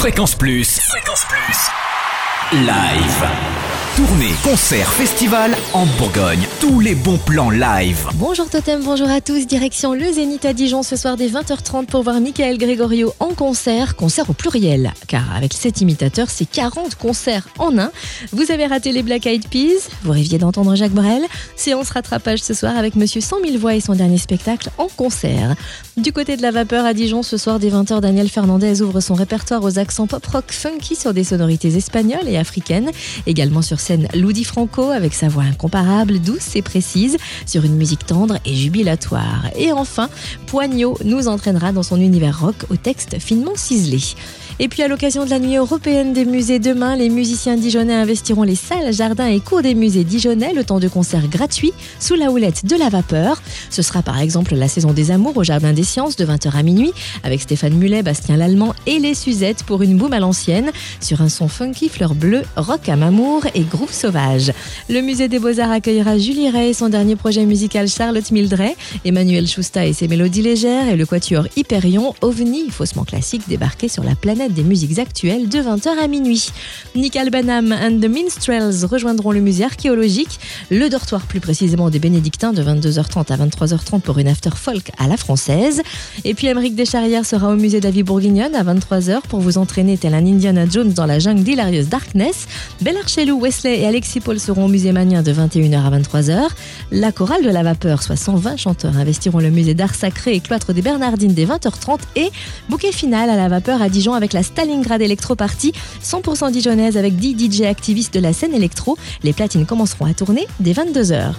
Fréquence Plus. Fréquence Plus. Live. Tournée, concert, festival en Bourgogne. Tous les bons plans live. Bonjour Totem, bonjour à tous. Direction le Zénith à Dijon ce soir dès 20h30 pour voir Michael Gregorio en concert. Concert au pluriel, car avec 7 imitateurs, c'est 40 concerts en un. Vous avez raté les Black Eyed Peas, vous rêviez d'entendre Jacques Brel. Séance rattrapage ce soir avec Monsieur 100 000 voix et son dernier spectacle en concert. Du côté de la vapeur à Dijon, ce soir dès 20h, Daniel Fernandez ouvre son répertoire aux accents pop-rock funky sur des sonorités espagnoles et africaines. Également sur scène, Ludi Franco avec sa voix incomparable, douce et précise, sur une musique tendre et jubilatoire. Et enfin, Poignot nous entraînera dans son univers rock au texte finement ciselé. Et puis à l'occasion de la nuit européenne des musées demain, les musiciens dijonnais investiront les salles, jardins et cours des musées dijonnais le temps de concerts gratuits sous la houlette de la vapeur. Ce sera par exemple la saison des amours au Jardin des Sciences de 20h à minuit avec Stéphane Mullet, Bastien Lallemand et les Suzettes pour une boum à l'ancienne sur un son funky, fleur bleue, rock à Mamour et groove sauvage. Le musée des Beaux-Arts accueillera Julie Ray et son dernier projet musical Charlotte Mildray, Emmanuel Chousta et ses mélodies légères et le quatuor Hyperion, ovni faussement classique débarqué sur la planète des musiques actuelles de 20h à minuit. Nick Albanham and the Minstrels rejoindront le musée archéologique, le dortoir plus précisément des Bénédictins de 22h30 à 23h30 pour une after folk à la française. Et puis Aymeric Descharrières sera au musée d'Avie Bourguignonne à 23h pour vous entraîner tel un Indiana Jones dans la jungle d'Hilarious Darkness. Bella Chelou, Wesley et Alexis Paul seront au musée Magnien de 21h à 23h. La chorale de la vapeur, soit 120 chanteurs, investiront le musée d'art sacré et cloître des Bernardines dès 20h30 et bouquet final à la vapeur à Dijon avec la Stalingrad Electro Party, 100% dijonnaise avec 10 DJ activistes de la scène électro. Les platines commenceront à tourner dès 22h.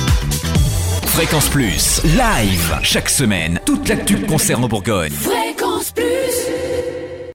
Fréquence Plus, live. Chaque semaine, toute l'actu concerne en Bourgogne. Fréquence